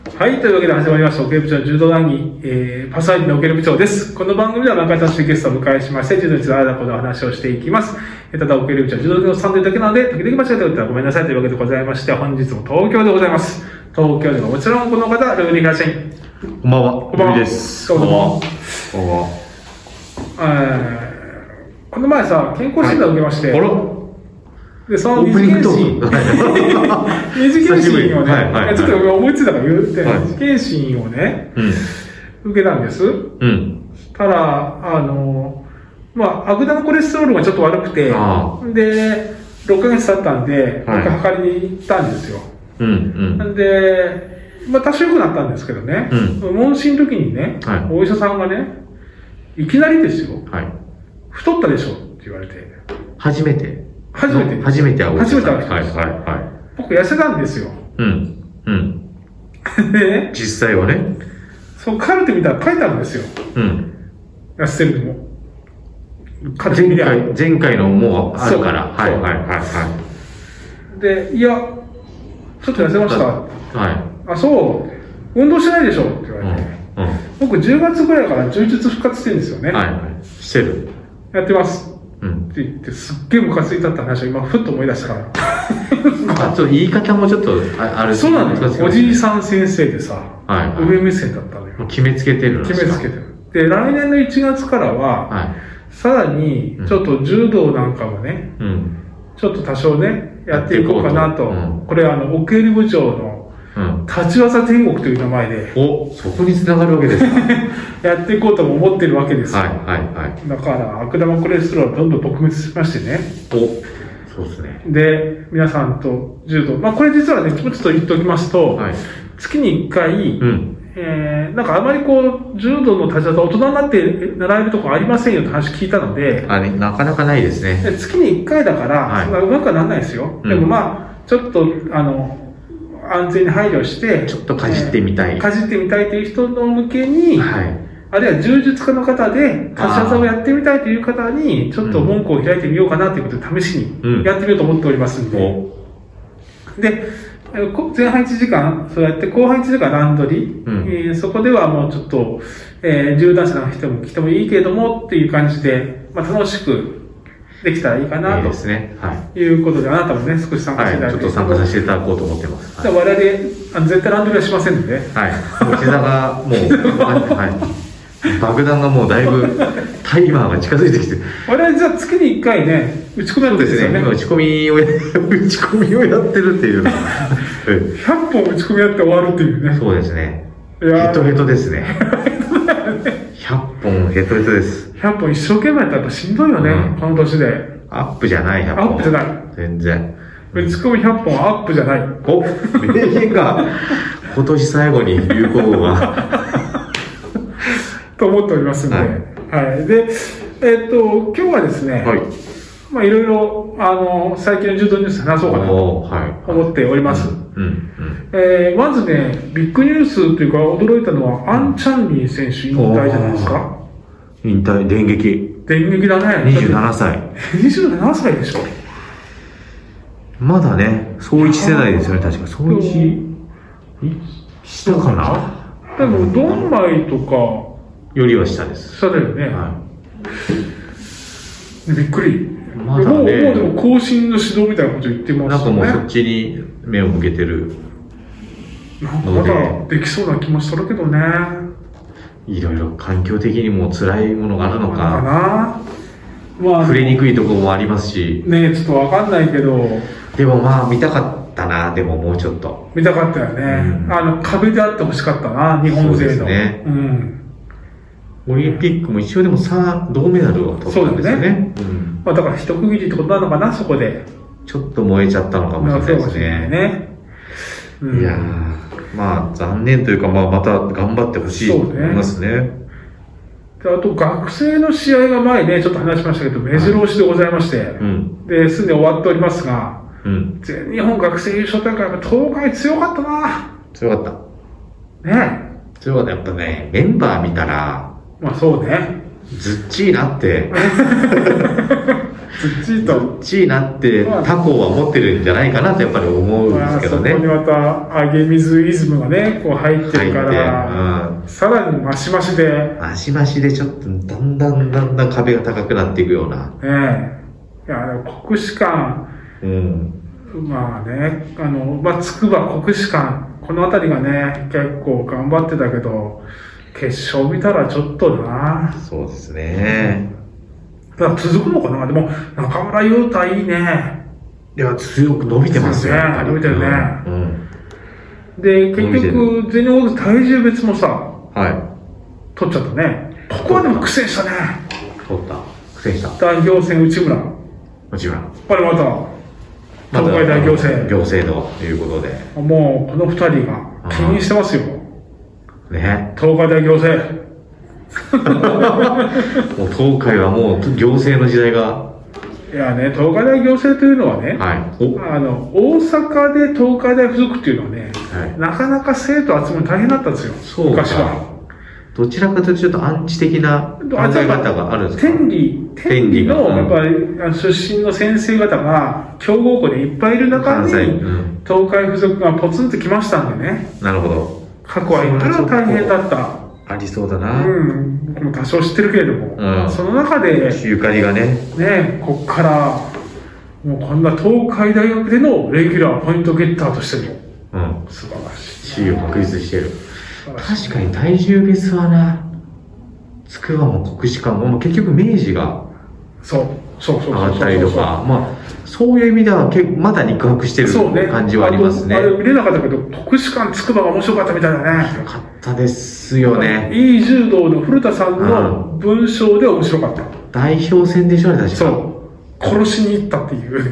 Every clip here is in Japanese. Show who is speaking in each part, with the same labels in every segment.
Speaker 1: はい、というわけで始まりました、オケル部長柔道談義、パーソナリティのオケル部長です。この番組では毎回楽しいゲストをお迎えしまして、柔道についてあらこの話をしていきます。ただ、オケル部長柔道の3年だけなので、時々間違えておったらごめんなさいというわけでございまして、本日も東京でございます。東京ではもちろんこの方、ルーニー会社員。
Speaker 2: こんばんは。
Speaker 1: こんばんは。
Speaker 2: です。
Speaker 1: どうも。
Speaker 2: こんばんは。
Speaker 1: この前さ、健康診断を受けまして、で、その二次検診、二次検診をね、ちょっと思いついたから言って、二次検診をね、受けたんです。ただ、悪玉コレステロールがちょっと悪くて、で、6ヶ月経ったんで、もう一回測りに行ったんですよ。で、多少良くなったんですけどね、問診の時にね、お医者さんがね、いきなりですよ、太ったでしょって言われて。
Speaker 2: 初めて
Speaker 1: 会う人。
Speaker 2: 初めて会う人です。
Speaker 1: 僕痩せたんですよ。で、
Speaker 2: 実際はね。
Speaker 1: そう、カルテ見たら書いてあるんですよ。痩せてるのも。
Speaker 2: 前回のもうあるから。
Speaker 1: で、いや、ちょっと痩せました。あ、そう。運動してないでしょって言われて。僕10月ぐらいから充実復活してるんですよね。
Speaker 2: してる。
Speaker 1: やってます。って言って、すっげえムカついたって話を今、ふっと思い出したから。
Speaker 2: ちょっと言い方もちょっとある。
Speaker 1: そうなんですよ。おじいさん先生でさ、上目線だったのよ。
Speaker 2: 決めつけてるんですか？
Speaker 1: 決めつけてる。で、来年の1月からは、さらに、ちょっと柔道なんかもね、ちょっと多少ね、やっていこうかなと。これオケル部長の、立ち技天国という名前で。
Speaker 2: そこに繋がるわけですか？
Speaker 1: やっていこうとも思ってるわけですよ。だから、悪玉コレステロールどんどん撲滅しましてね。
Speaker 2: そうですね。
Speaker 1: で、皆さんと柔道。これ実はね、ちょっと言っておきますと、月に1回、なんかあまり柔道の立ち技、大人になって習えるとこありませんよって話聞いたので、
Speaker 2: なかなかないですね。
Speaker 1: 月に1回だから、そんなうまくはならないですよ。でもちょっと、安全に配慮して、
Speaker 2: ちょっとかじってみたい。
Speaker 1: かじってみたいという人の向けに、あるいは柔術家の方で、立ち技をやってみたいという方に、ちょっと門戸を開いてみようかなということで試しにやってみようと思っておりますんで。で、前半1時間、そうやって後半1時間段取り、そこではもうちょっと、柔道者の人も来てもいいけれどもっていう感じで、楽しくできたらいいかなということで、あなたもね、少し参加していただいて。
Speaker 2: ちょっと参加させていただこうと思ってます。
Speaker 1: 我々、絶対ランドリーはしませんので。
Speaker 2: 膝がもう、爆弾がもうだいぶタイマーが近づいてきて。
Speaker 1: 我々じゃあ月に1回ね、打ち込みやってるんですよね。
Speaker 2: 今打ち込みをやってるっていうのが。
Speaker 1: 100本打ち込みやって終わるっていうね。
Speaker 2: そうですね。ヘトヘトですね。100本ヘトヘトです。
Speaker 1: 100本一生懸命やったらやっぱしんどいよね、この年で。
Speaker 2: アップじゃない、100本。
Speaker 1: アップじゃない。
Speaker 2: 全然。
Speaker 1: 打ち込み100本アップじゃない。
Speaker 2: 名言が今年最後に流行語が。
Speaker 1: と思っておりますので。で、今日はですね、いろいろ、最近の柔道ニュース話そうかなと思っております。まずね、ビッグニュースというか驚いたのは、アン・チャンリー選手引退じゃないですか。
Speaker 2: 引退、電撃。
Speaker 1: 電撃だね。
Speaker 2: 27歳。
Speaker 1: 27歳でしょ。
Speaker 2: まだね、総一世代ですよね、確か。総一、下かな？
Speaker 1: でも、ドンマイとか、
Speaker 2: よりは下です。
Speaker 1: 下だよね。びっくり。
Speaker 2: まだね。
Speaker 1: もうでも後進の指導みたいなこと言ってますよね。
Speaker 2: なんかもうそっちに目を向けてる。
Speaker 1: なんかまだできそうな気もするけどね。
Speaker 2: いろいろ環境的にも辛いものがあるのか。
Speaker 1: まあ、
Speaker 2: 触れにくいところもありますし。
Speaker 1: ねえ、ちょっとわかんないけど。
Speaker 2: でも見たかったな、でももうちょっと。
Speaker 1: 見たかったよね。壁であってほしかったな、日本勢の。そうですね。
Speaker 2: オリンピックも一応でも銅メダルを取ったんですよね。
Speaker 1: だから一区切りってことなのかな、そこで。
Speaker 2: ちょっと燃えちゃったのかもしれないですね。いや残念というか、また頑張ってほしいと思いますね。
Speaker 1: あと、学生の試合が前ね、ちょっと話しましたけど、目白押しでございまして、で、すでに終わっておりますが、全日本学生優勝大会は東海強かったな。
Speaker 2: 強かった。
Speaker 1: ね
Speaker 2: 強かった。やっぱね、メンバー見たら、
Speaker 1: そうね。
Speaker 2: ずっちいなって。
Speaker 1: ずっち
Speaker 2: ーなって他校は持ってるんじゃないかなとやっぱり思うんですけどね。
Speaker 1: そこにまた上げ水イズムがね、こう入ってるから、さらにマシマシで。
Speaker 2: マシマシでちょっとだんだん壁が高くなっていくような。
Speaker 1: いや、国士舘、まあね、筑波国士舘、この辺りがね、結構頑張ってたけど、決勝見たらちょっとな。
Speaker 2: そうですね。
Speaker 1: だから続くのかな。でも、中村優太いいね。
Speaker 2: いや、強く伸びてますよ
Speaker 1: ね。伸びてるね。で、結局、全日本体重別もさ、取っちゃったね。ここはでも苦戦したね。
Speaker 2: 取った。苦戦した。
Speaker 1: 代表戦内村。これまた、東海大行政。
Speaker 2: 行政ということで。
Speaker 1: もう、この二人が気にしてますよ。
Speaker 2: ね。
Speaker 1: 東海大行政。
Speaker 2: もう東海はもう行政の時代が。
Speaker 1: いやね、東海大行政というのはね、大阪で東海大附属っていうのはね、なかなか生徒集めるの大変だったんですよ。
Speaker 2: そう昔は。どちらかというとちょっとアンチ的な考え方があるんですか？天理のやっぱり出身の先生方が強豪校でいっぱいいる中に、東海附属がポツンと来ましたんでね。なるほど。過去はいくら大変だった。 ありそうだな。
Speaker 1: 僕も多少知ってるけれども、その中で、
Speaker 2: ゆかりがね。
Speaker 1: こっから、もうこんな東海大学でのレギュラーポイントゲッターとしても、素晴らしい。
Speaker 2: 地位を確立してる。確かに体重別はな、筑波も国士舘も、結局明治が、上がったりとか、そういう意味ではまだ肉薄してる感じはありますね。
Speaker 1: あれ見れなかったけど、国士舘筑波が面白かったみたいだね。
Speaker 2: 面白かったですよね。
Speaker 1: いい柔道の古田さんの文章で面白かった。
Speaker 2: 代表戦でしょ、確か。
Speaker 1: そう。殺しに行ったっていう。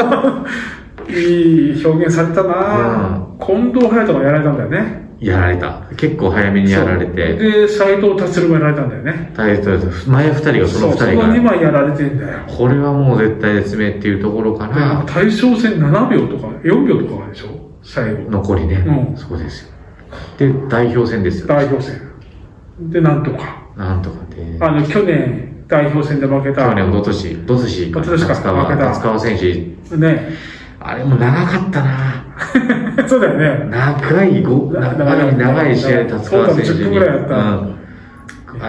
Speaker 1: いい表現されたな。近藤隼人がやられたんだよね。
Speaker 2: やられた。結構早めにやられて。
Speaker 1: で、斎藤達もやられたんだよね。
Speaker 2: 前二人が、その二人が。
Speaker 1: その2枚やられてんだよ。
Speaker 2: これはもう絶対絶命っていうところかな。
Speaker 1: 大将戦7秒とか、4秒とかでしょ最後。
Speaker 2: 残りね。そうですよ。で、代表戦ですよ。
Speaker 1: 代表戦。で、なんとかで。去年、代表戦で負けた。
Speaker 2: 去年、おととしか松川選手。
Speaker 1: ね。
Speaker 2: あれも長かったな。
Speaker 1: そうだよね。
Speaker 2: 長い試合、達川選手に。
Speaker 1: 10分ぐらいやった。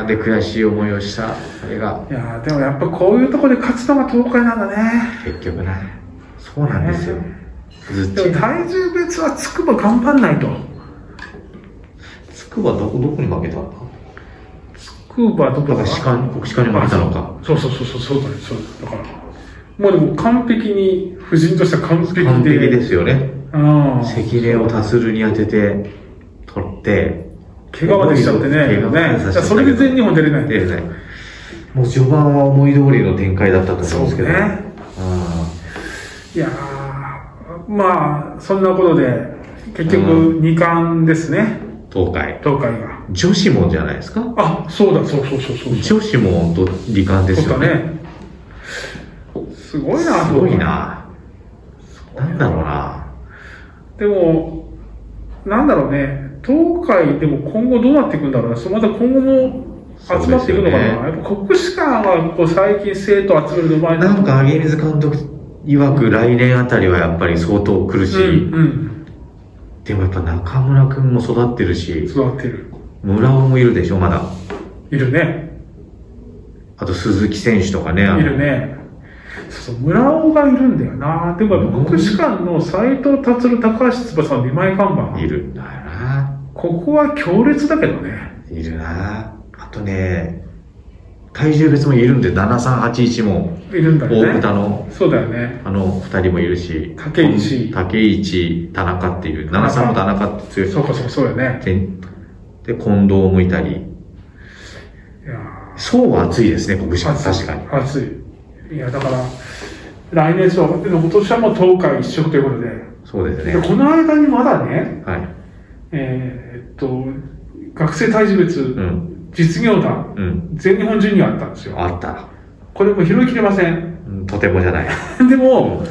Speaker 2: で、悔しい思いをした。あれが。
Speaker 1: いやでもやっぱこういうところで勝つのが東海なんだね。
Speaker 2: 結局ね。そうなんですよ。
Speaker 1: でも体重別は筑波頑張んないと。
Speaker 2: 筑波どこに負けたのか。
Speaker 1: 筑波どこだか。
Speaker 2: 国士舘に負けたのか。
Speaker 1: そうだから。もうでも完璧に、夫人としては完璧
Speaker 2: ですよね。関根を達るに当てて、取って、
Speaker 1: 怪我までしちゃってね。それで全日本出れない。
Speaker 2: もう序盤は思い通りの展開だったと思うんですけどね。
Speaker 1: いやそんなことで、結局2冠ですね。
Speaker 2: 東海
Speaker 1: が。
Speaker 2: 女子もじゃないですか？
Speaker 1: そうだ。女
Speaker 2: 子も2冠ですよね。
Speaker 1: すごいな。
Speaker 2: なんだろうな。
Speaker 1: でも、なんだろうね。東海でも今後どうなっていくんだろうな。また今後も集まっていくのかな。やっぱ国士舘は最近生徒集めるの前
Speaker 2: なんか上水監督曰く来年あたりはやっぱり相当苦しい。でもやっぱ中村くんも育ってるし。村尾もいるでしょ、まだ。
Speaker 1: いるね。
Speaker 2: あと鈴木選手とかね。
Speaker 1: いるね。村尾がいるんだよな。でも国士舘の斎藤達、高橋翼の2枚看板。
Speaker 2: いるんだよな。
Speaker 1: ここは強烈だけどね。
Speaker 2: いるな。あとね、体重別もいるんで、7381も。
Speaker 1: いるんだよね。
Speaker 2: 大豚の。
Speaker 1: そうだよね。
Speaker 2: 2人もいるし。
Speaker 1: 竹
Speaker 2: 市、田中っていう。73も田中って強い。
Speaker 1: そうよね。
Speaker 2: で、近藤もいたり。層は熱いですね、国士舘。確かに。
Speaker 1: 熱い。いや、だから、来年そう、でも今年はもう東海一色ということで。
Speaker 2: そうですね。
Speaker 1: この間にまだね、学生体重別、実業団、全日本ジュニアあったんですよ。
Speaker 2: あった。
Speaker 1: これも拾いきれません。
Speaker 2: とてもじゃない。
Speaker 1: でも、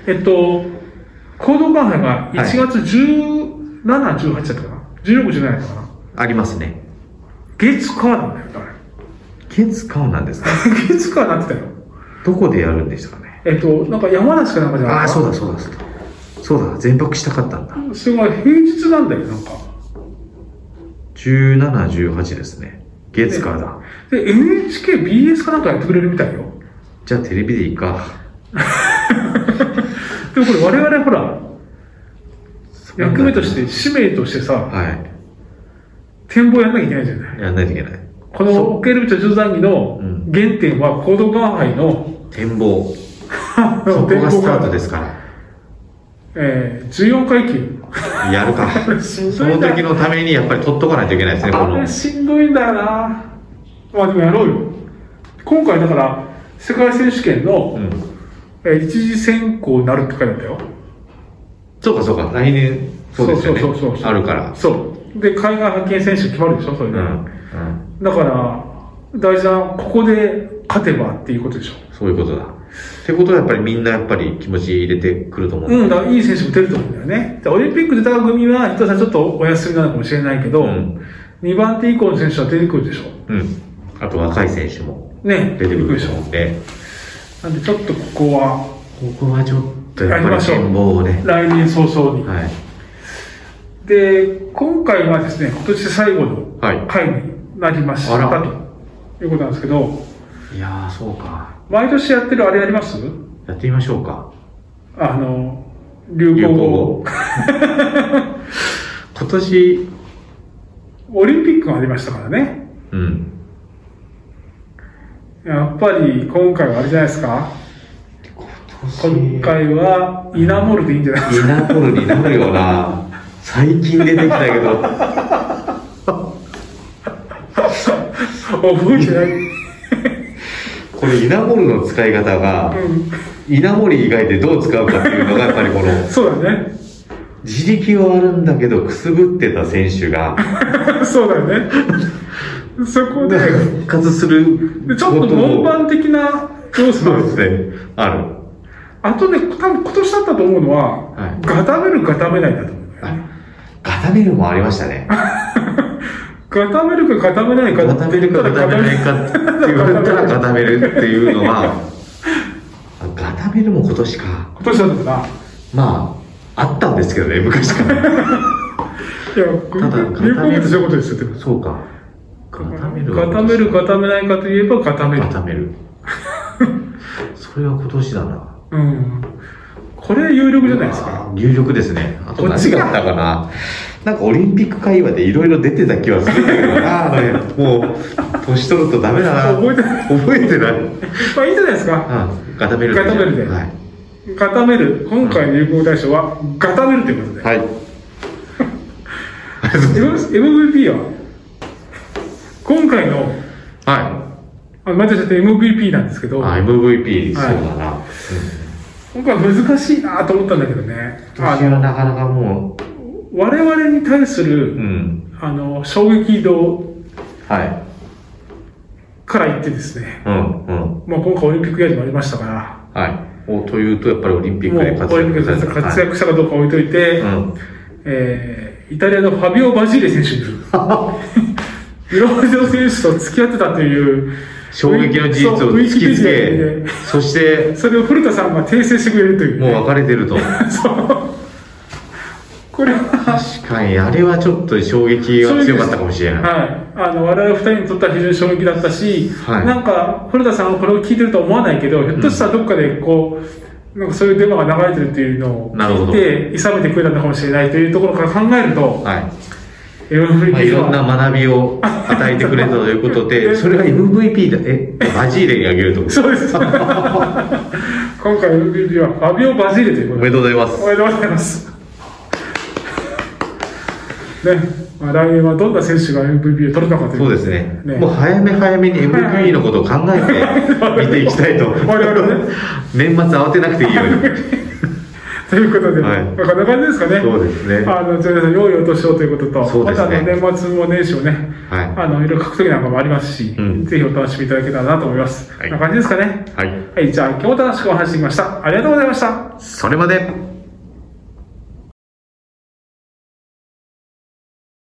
Speaker 1: 行動関係が1月17、18だったかな ?16、17だったかな
Speaker 2: ありますね。
Speaker 1: 月火なんだよ、
Speaker 2: 月火なんですか？
Speaker 1: 月火なってたよ。
Speaker 2: どこでやるんでしたかね。
Speaker 1: なんか山梨かなんかじゃないですか。
Speaker 2: ああ、そうだ、全泊したかったんだ。
Speaker 1: それが平日なんだよ、なんか。
Speaker 2: 17、18ですね。月からだ。
Speaker 1: で、NHK、BS かなんかやってくれるみたいよ。
Speaker 2: じゃあテレビでいいか。
Speaker 1: でもこれ我々ほら、役目として、使命としてさ、
Speaker 2: はい。
Speaker 1: 展望やんなきゃいけないじゃない。
Speaker 2: やんないといけない。
Speaker 1: このオケルビッチョ13期の原点はコードガン杯の
Speaker 2: 展望。そこがスタートですから。
Speaker 1: 14階級。
Speaker 2: やるか。その時のためにやっぱり取っとかないといけないですね、
Speaker 1: あれしんどいんだよな。まあでもやろうよ。今回だから、世界選手権の、一次選考になるって書いてあったよ。
Speaker 2: そうか、来年、そうですよね。そうあるから。
Speaker 1: そう。で、海外派遣選手決まるでしょ、それで。だから、大事な、ここで勝てばっていうことでしょ。
Speaker 2: そういうことだ。ってことはやっぱりみんなやっぱり気持ち入れてくると思う。
Speaker 1: だからいい選手も出ると思うんだよね。オリンピック出た組は、伊藤さんちょっとお休みなのかもしれないけど、2番手以降の選手は出てくるでしょ。
Speaker 2: あと若い選手も
Speaker 1: ね、
Speaker 2: 出てくるでしょ。
Speaker 1: なんでちょっとここは
Speaker 2: ちょっとやっぱり展望をね。
Speaker 1: 来年早々に。で、今回はですね、今年最後の回になりましたということなんですけど、
Speaker 2: いやー、そうか。
Speaker 1: 毎年やってるあれやります？
Speaker 2: やってみましょうか。
Speaker 1: 流行語。
Speaker 2: 今年、
Speaker 1: オリンピックがありましたからね。やっぱり今回はあれじゃないですか。今回はイナモールでいいんじゃないですか。
Speaker 2: イナモールになるよな。最近出てきたけど。
Speaker 1: 覚えてない。
Speaker 2: これイナモールの使い方が、イナモリ以外でどう使うかっていうのがやっぱりこの
Speaker 1: そうだね。
Speaker 2: 自力はあるんだけどくすぶってた選手が
Speaker 1: そうだよね。そこで
Speaker 2: 復活する
Speaker 1: ちょっとノーパン的な要素
Speaker 2: なんですね。ある。
Speaker 1: あとね、多分今年だったと思うのは、ガタメるガタめないだと思う。
Speaker 2: ガタメるもありましたね。
Speaker 1: ガタめるかガタめないか。
Speaker 2: ガタめるかガタめないかって言われたらガタめるっていうのは、ガタメルも今年か。
Speaker 1: 今年だったかな。
Speaker 2: まあ、あったんですけどね、昔から。いや、
Speaker 1: ただ、流行語ってそういうことですよ、
Speaker 2: そうか。ガタメる。
Speaker 1: ガタめる、ガタめないかといえばガタメる。
Speaker 2: ガタメる。それは今年だな。
Speaker 1: これ有力じゃないですか。
Speaker 2: 有力ですね。あと何があったかな。なんかオリンピック会話でいろいろ出てた気はするんだけどな。もう、年取るとダメだな。覚えてない。
Speaker 1: まあいいじゃないですか。
Speaker 2: ガタメルで。
Speaker 1: ガタメルで。ガタメル。今回の流行語大賞はガタメルということで。はい。MVP は今回の、毎年やって MVP なんですけど。
Speaker 2: MVP、そうだな。
Speaker 1: 今回難しいなと思ったんだけどね。
Speaker 2: 私はなかなかも
Speaker 1: う、我々に対する、衝撃度から言ってですね。まあ今回オリンピックイヤーにもありましたから。
Speaker 2: というとやっぱりオリンピックで
Speaker 1: 活躍したかどうか置いといて、イタリアのファビオ・バジーレ選手にブロージョ選手と付き合ってたという
Speaker 2: 衝撃の事実を突きつけ、そして
Speaker 1: それを古田さんが訂正してくれるという、
Speaker 2: もう別れてると。そう
Speaker 1: これは
Speaker 2: 確かにあれはちょっと衝撃が強かったかもしれない。
Speaker 1: 我々二人にとっては非常に衝撃だったし、なんか古田さんはこれを聞いてるとは思わないけど、ひょっとしたらどっかでこうなんかそういうデマが流れてるっていうのを聞いて諌めてくれたのかもしれないというところから考えると、
Speaker 2: いろんな学びを与えてくれたということで、それが MVP だ。バジーレにあげると。
Speaker 1: そうです。今回 MVP はファビオ・バジーレということで。
Speaker 2: おめでとうございます。
Speaker 1: おめでとうございます。ね、来年はどんな選手が MVP を取るのかという。
Speaker 2: そうですね。もう早め早めに MVP のことを考えて見ていきたいと。我々ね。年末慌てなくていいように。
Speaker 1: ということで、こんな感じですかね。
Speaker 2: そうですね。
Speaker 1: じゃあ皆さん、良いお年をということと、また年末も年始もね、いろいろ格闘技なんかもありますし、ぜひお楽しみいただけたらなと思います。こんな感じですかね。はい。じゃあ今日も楽しくお話ししてきました。ありがとうございました。
Speaker 2: それまで。